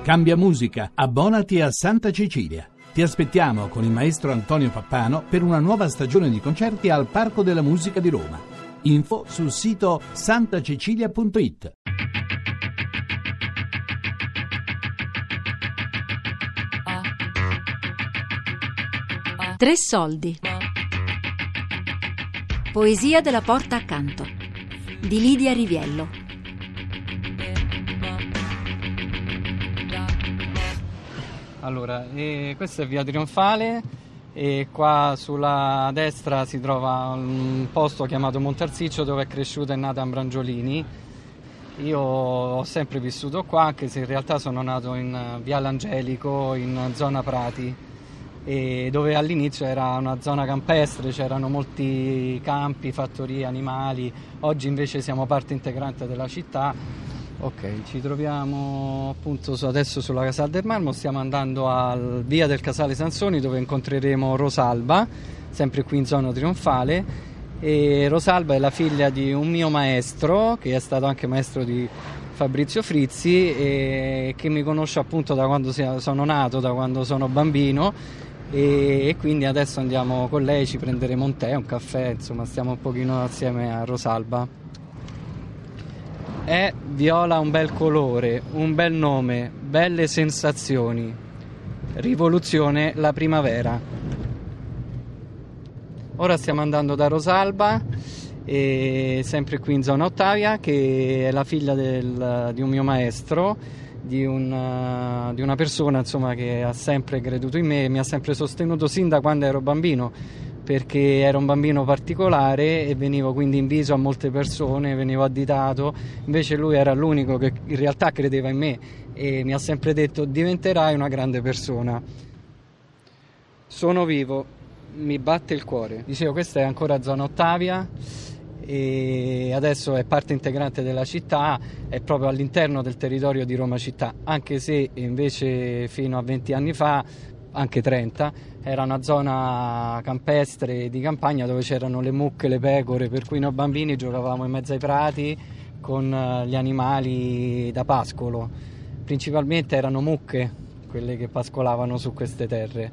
Cambia musica, abbonati a Santa Cecilia. Ti aspettiamo con il maestro Antonio Pappano per una nuova stagione di concerti al Parco della Musica di Roma. Info sul sito santacecilia.it. Tre soldi. Poesia della porta accanto di Lidia Riviello. Allora, questa è via Trionfale e qua sulla destra si trova un posto chiamato Montarsiccio dove è cresciuta e nata Ambrangiolini. Io ho sempre vissuto qua, anche se in realtà sono nato in via L'Angelico, in zona Prati, e dove all'inizio era una zona campestre, c'erano molti campi, fattorie, animali. Oggi invece siamo parte integrante della città. Ok, ci troviamo appunto adesso sulla Casal del Marmo, stiamo andando al via del Casale Sansoni dove incontreremo Rosalba, sempre qui in zona Trionfale, e Rosalba è la figlia di un mio maestro, che è stato anche maestro di Fabrizio Frizzi e che mi conosce appunto da quando sono nato, da quando sono bambino, e quindi adesso andiamo con lei, ci prenderemo un tè, un caffè, insomma stiamo un pochino assieme a Rosalba. È viola un bel colore, un bel nome, belle sensazioni. Rivoluzione la primavera. Ora stiamo andando da Rosalba, e sempre qui in zona Ottavia, che è la figlia di un mio maestro, di una persona insomma che ha sempre creduto in me, mi ha sempre sostenuto sin da quando ero bambino, perché ero un bambino particolare e venivo quindi inviso a molte persone, venivo additato, invece lui era l'unico che in realtà credeva in me e mi ha sempre detto: diventerai una grande persona. Sono vivo, mi batte il cuore. Dicevo, questa è ancora zona Ottavia e adesso è parte integrante della città, è proprio all'interno del territorio di Roma città, anche se invece fino a 20 anni fa, anche 30, era una zona campestre di campagna dove c'erano le mucche, le pecore, per cui noi bambini giocavamo in mezzo ai prati con gli animali da pascolo. Principalmente erano mucche quelle che pascolavano su queste terre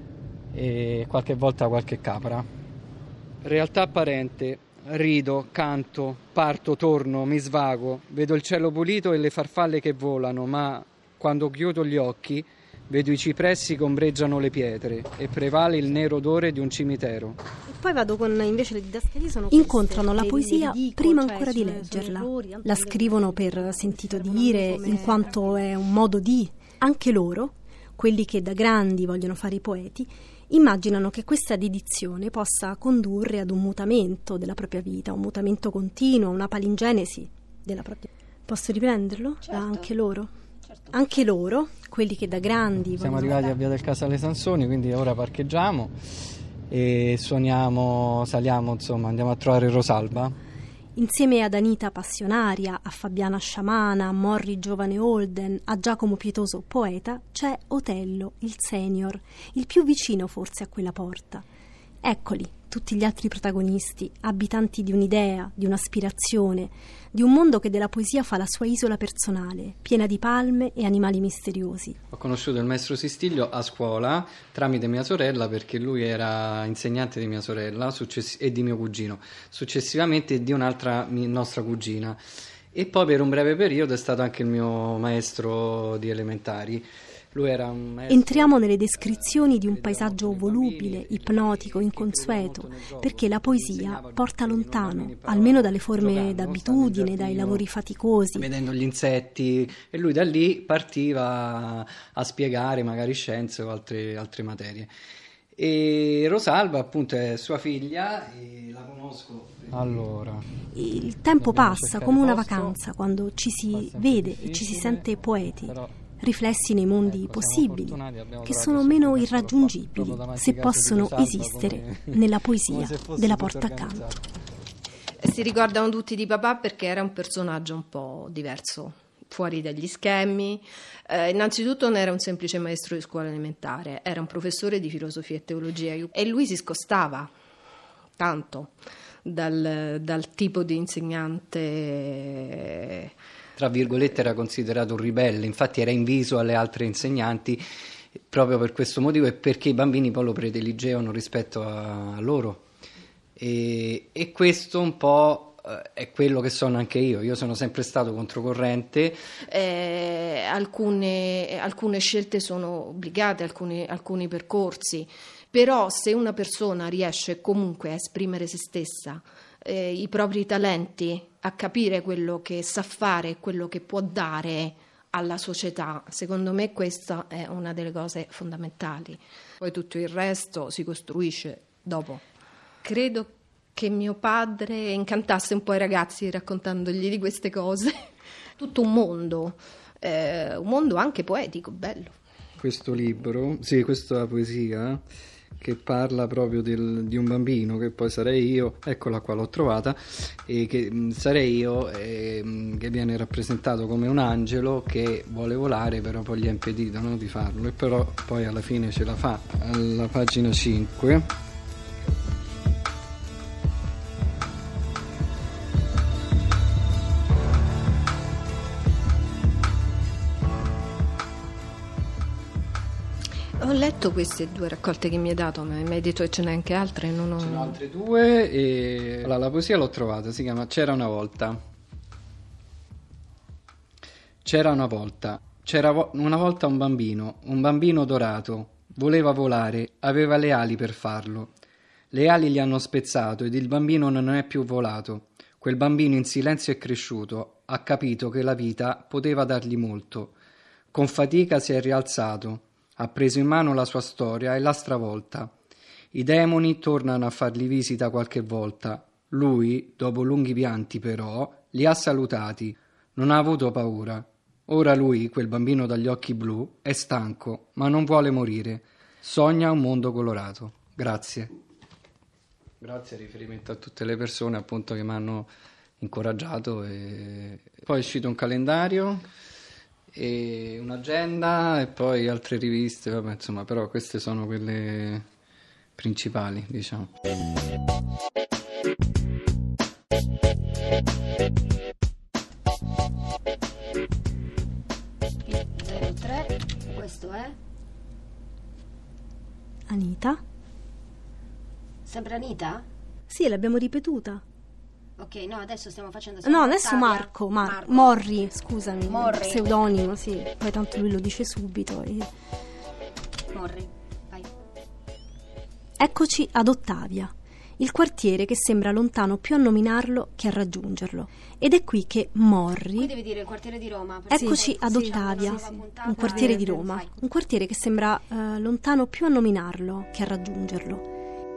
e qualche volta qualche capra. Realtà apparente: rido, canto, parto, torno, mi svago, vedo il cielo pulito e le farfalle che volano, ma quando chiudo gli occhi vedo i cipressi che ombreggiano le pietre e prevale il nero odore di un cimitero. E poi vado con invece le didascalie sono Incontrano la queste, poesia le dico, prima cioè, ancora di sono leggerla. errori, La scrivono per sentito dire, in quanto è un modo di. Anche loro, quelli che da grandi vogliono fare i poeti, immaginano che questa dedizione possa condurre ad un mutamento della propria vita, un mutamento continuo, una palingenesi della propria. Posso riprenderlo? Certo. Da anche loro? Certo. Anche loro, quelli che da grandi Siamo vogliono arrivati a via del Casale Sansoni, quindi ora parcheggiamo e saliamo, insomma, andiamo a trovare Rosalba. Insieme ad Anita Passionaria, a Fabiana Sciamana, a Morri Giovane Holden, a Giacomo Pietoso Poeta, c'è Otello, il senior, il più vicino forse a quella porta. Eccoli, tutti gli altri protagonisti, abitanti di un'idea, di un'aspirazione, di un mondo che della poesia fa la sua isola personale, piena di palme e animali misteriosi. Ho conosciuto il maestro Sistiglio a scuola tramite mia sorella, perché lui era insegnante di mia sorella e di mio cugino, successivamente di un'altra nostra cugina, e poi per un breve periodo è stato anche il mio maestro di elementari. Lui era un maestro. Entriamo nelle descrizioni di un paesaggio volubile, ipnotico, inconsueto, perché la poesia porta lontano, almeno dalle forme d'abitudine, dai lavori faticosi. Vedendo gli insetti, e lui da lì partiva a spiegare magari scienze o altre materie. E Rosalba appunto è sua figlia e la conosco. Allora, il tempo passa come una vacanza quando ci si vede e ci si sente poeti, riflessi nei mondi possibili, che sono meno irraggiungibili, se possono esistere nella poesia della porta accanto. Si ricordano tutti di papà perché era un personaggio un po' diverso, fuori dagli schemi. Innanzitutto non era un semplice maestro di scuola elementare, era un professore di filosofia e teologia e lui si scostava tanto dal tipo di insegnante tra virgolette era considerato un ribelle, infatti era inviso alle altre insegnanti proprio per questo motivo e perché i bambini poi lo prediligevano rispetto a loro. E questo un po' è quello che sono anche io sono sempre stato controcorrente. Alcune scelte sono obbligate, alcuni percorsi, però se una persona riesce comunque a esprimere se stessa, i propri talenti, a capire quello che sa fare, quello che può dare alla società, secondo me questa è una delle cose fondamentali. Poi tutto il resto si costruisce dopo. Credo che mio padre incantasse un po' i ragazzi raccontandogli di queste cose. Tutto un mondo anche poetico, bello. Questo libro, sì, questa poesia che parla proprio di un bambino che poi sarei io, eccola qua, l'ho trovata, e che sarei io, che viene rappresentato come un angelo che vuole volare, però poi gli è impedito, no, di farlo, e però poi alla fine ce la fa. Alla pagina 5 ho letto queste 2 raccolte che mi hai dato, ma mi hai detto che ce n'è anche altre? Ce ne sono altre 2 e la poesia l'ho trovata, si chiama C'era una volta. C'era una volta un bambino dorato, voleva volare, aveva le ali per farlo. Le ali gli hanno spezzato ed il bambino non è più volato. Quel bambino in silenzio è cresciuto, ha capito che la vita poteva dargli molto. Con fatica si è rialzato. Ha preso in mano la sua storia e l'ha stravolta. I demoni tornano a fargli visita qualche volta. Lui, dopo lunghi pianti però, li ha salutati. Non ha avuto paura. Ora lui, quel bambino dagli occhi blu, è stanco, ma non vuole morire. Sogna un mondo colorato. Grazie. Grazie, riferimento a tutte le persone appunto che mi hanno incoraggiato. E poi è uscito un calendario e un'agenda e poi altre riviste, vabbè, insomma, però queste sono quelle principali, diciamo. Il 03, questo è Anita? sempre Anita? Sì, l'abbiamo ripetuta. Ok, no, adesso stiamo facendo No, adesso Ottavia. Marco. Morri, scusami. Morri. Pseudonimo, sì. Poi tanto lui lo dice subito. Morri, vai. Eccoci ad Ottavia, il quartiere che sembra lontano più a nominarlo che a raggiungerlo. Ed è qui che Morri... Qui devi dire il quartiere di Roma. perché Eccoci ad sì, Ottavia, la puntata un quartiere di è- Roma. vai. Un quartiere che sembra lontano più a nominarlo che a raggiungerlo.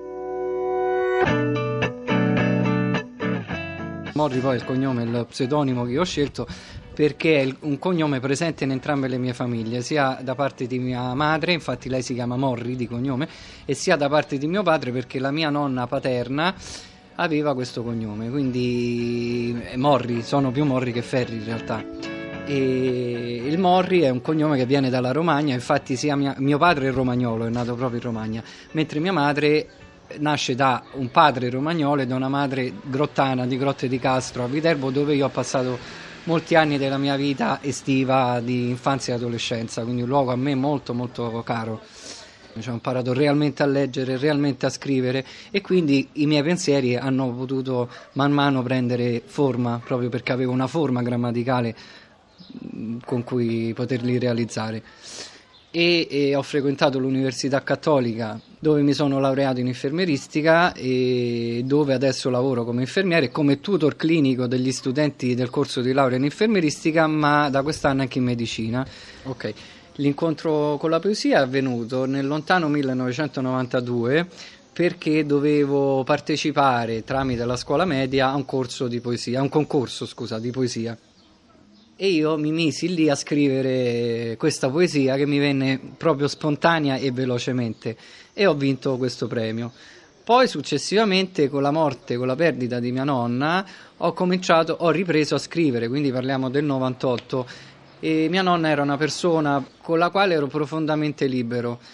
Morri poi è il cognome, il pseudonimo che io ho scelto perché è un cognome presente in entrambe le mie famiglie, sia da parte di mia madre, infatti lei si chiama Morri di cognome, e sia da parte di mio padre perché la mia nonna paterna aveva questo cognome, quindi Morri, sono più Morri che Ferri in realtà. E il Morri è un cognome che viene dalla Romagna, infatti sia mio padre è romagnolo, è nato proprio in Romagna, mentre mia madre nasce da un padre romagnolo e da una madre grottana di Grotte di Castro a Viterbo, dove io ho passato molti anni della mia vita estiva, di infanzia e adolescenza, quindi un luogo a me molto molto caro. Ho imparato realmente a leggere, realmente a scrivere e quindi i miei pensieri hanno potuto man mano prendere forma, proprio perché avevo una forma grammaticale con cui poterli realizzare. E ho frequentato l'Università Cattolica, dove mi sono laureato in infermieristica e dove adesso lavoro come infermiere e come tutor clinico degli studenti del corso di laurea in infermieristica, ma da quest'anno anche in medicina. Ok. L'incontro con la poesia è avvenuto nel lontano 1992 perché dovevo partecipare tramite la scuola media a un concorso di poesia. E io mi misi lì a scrivere questa poesia che mi venne proprio spontanea e velocemente e ho vinto questo premio. Poi successivamente con la perdita di mia nonna ho ripreso a scrivere, quindi parliamo del 98 e mia nonna era una persona con la quale ero profondamente libero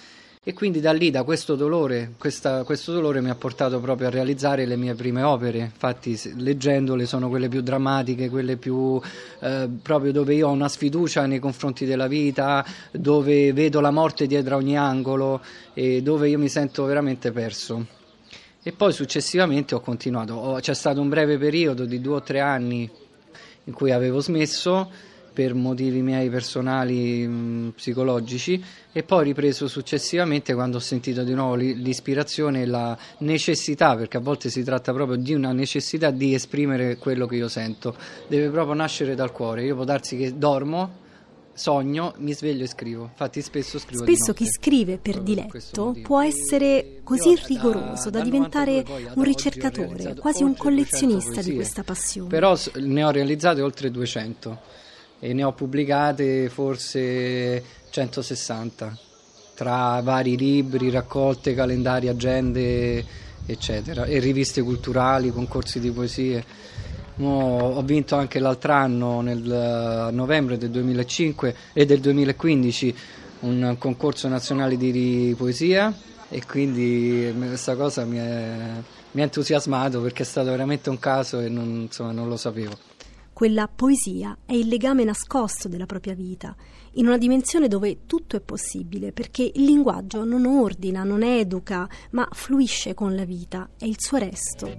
E quindi da lì, da questo dolore, questo dolore mi ha portato proprio a realizzare le mie prime opere. Infatti leggendole sono quelle più drammatiche, quelle più proprio dove io ho una sfiducia nei confronti della vita, dove vedo la morte dietro a ogni angolo e dove io mi sento veramente perso. E poi successivamente ho continuato, c'è stato un breve periodo di 2 o 3 anni in cui avevo smesso per motivi miei personali psicologici, e poi ripreso successivamente quando ho sentito di nuovo l'ispirazione e la necessità, perché a volte si tratta proprio di una necessità di esprimere quello che io sento, deve proprio nascere dal cuore. Io può darsi che dormo, sogno, mi sveglio e scrivo. Infatti spesso scrivo di notte. Chi scrive per diletto può essere così rigoroso da diventare un ricercatore, quasi un collezionista di questa passione. Però ne ho realizzate oltre 200 e ne ho pubblicate forse 160 tra vari libri, raccolte, calendari, agende, eccetera, e riviste culturali, concorsi di poesie. Ho vinto anche l'altro anno, nel novembre del 2005 e del 2015, un concorso nazionale di poesia, e quindi questa cosa mi ha entusiasmato, perché è stato veramente un caso e non lo sapevo. Quella poesia è il legame nascosto della propria vita, in una dimensione dove tutto è possibile, perché il linguaggio non ordina, non educa, ma fluisce con la vita, è il suo resto.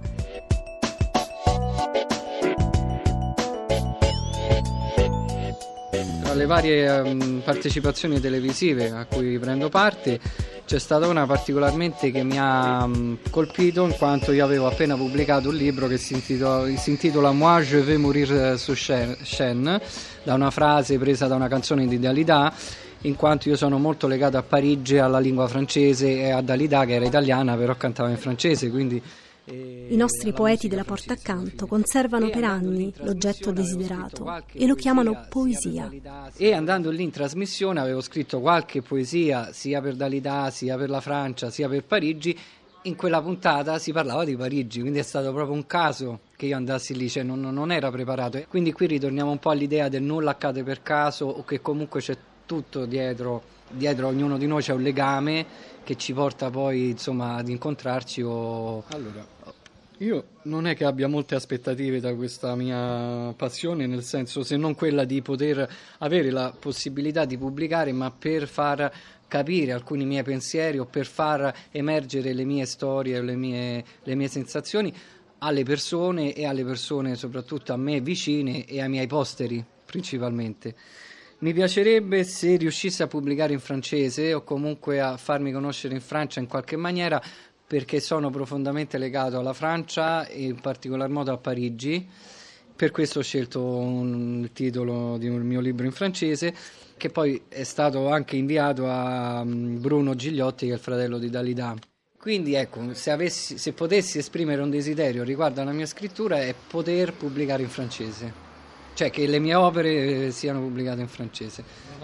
Tra le varie partecipazioni televisive a cui prendo parte, c'è stata una particolarmente che mi ha colpito, in quanto io avevo appena pubblicato un libro che si intitola Moi je vais mourir sur scène, da una frase presa da una canzone di Dalida, in quanto io sono molto legato a Parigi, alla lingua francese, e a Dalida, che era italiana però cantava in francese, quindi i nostri poeti della Porta Accanto conservano per anni l'oggetto desiderato e lo chiamano poesia. E andando lì in trasmissione avevo scritto qualche poesia sia per Dalida, sia per la Francia, sia per Parigi. In quella puntata si parlava di Parigi, quindi è stato proprio un caso che io andassi lì, cioè non era preparato. Quindi qui ritorniamo un po' all'idea del nulla accade per caso, o che comunque c'è tutto dietro ognuno di noi c'è un legame che ci porta poi ad incontrarci. Allora, io non è che abbia molte aspettative da questa mia passione, nel senso, se non quella di poter avere la possibilità di pubblicare, ma per far capire alcuni miei pensieri o per far emergere le mie storie, le mie sensazioni alle persone, e alle persone soprattutto a me vicine e ai miei posteri principalmente. Mi piacerebbe se riuscissi a pubblicare in francese, o comunque a farmi conoscere in Francia in qualche maniera, perché sono profondamente legato alla Francia e in particolar modo a Parigi. Per questo ho scelto il titolo di un mio libro in francese, che poi è stato anche inviato a Bruno Gigliotti, che è il fratello di Dalida. Quindi ecco, se potessi esprimere un desiderio riguardo alla mia scrittura, è poter pubblicare in francese. Cioè che le mie opere siano pubblicate in francese.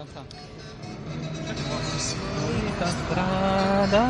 Strada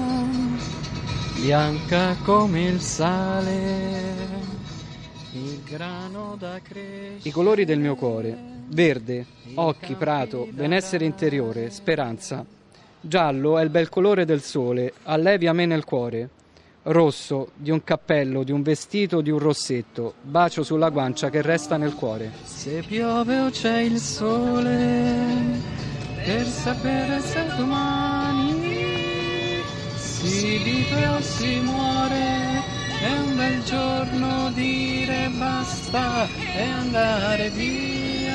bianca come il sale, il grano da crescere. I colori del mio cuore: verde, occhi, prato, benessere interiore, speranza. Giallo è il bel colore del sole, allevia me nel cuore. Rosso, di un cappello, di un vestito, di un rossetto, bacio sulla guancia che resta nel cuore. Se piove o c'è il sole, per sapere se domani si vive o si muore, è un bel giorno dire basta e andare via.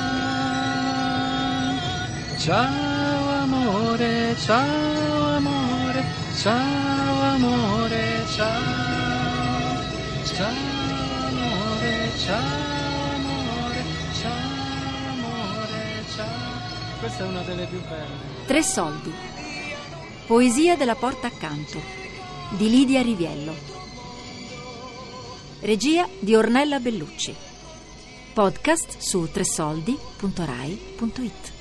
Ciao amore, ciao amore, ciao amore, ciao, ciao amore, ciao amore, ciao amore, ciao. Questa è una delle più belle. 3 soldi. Poesia della Porta Accanto di Lidia Riviello. Regia di Ornella Bellucci. Podcast su 3soldi.rai.it.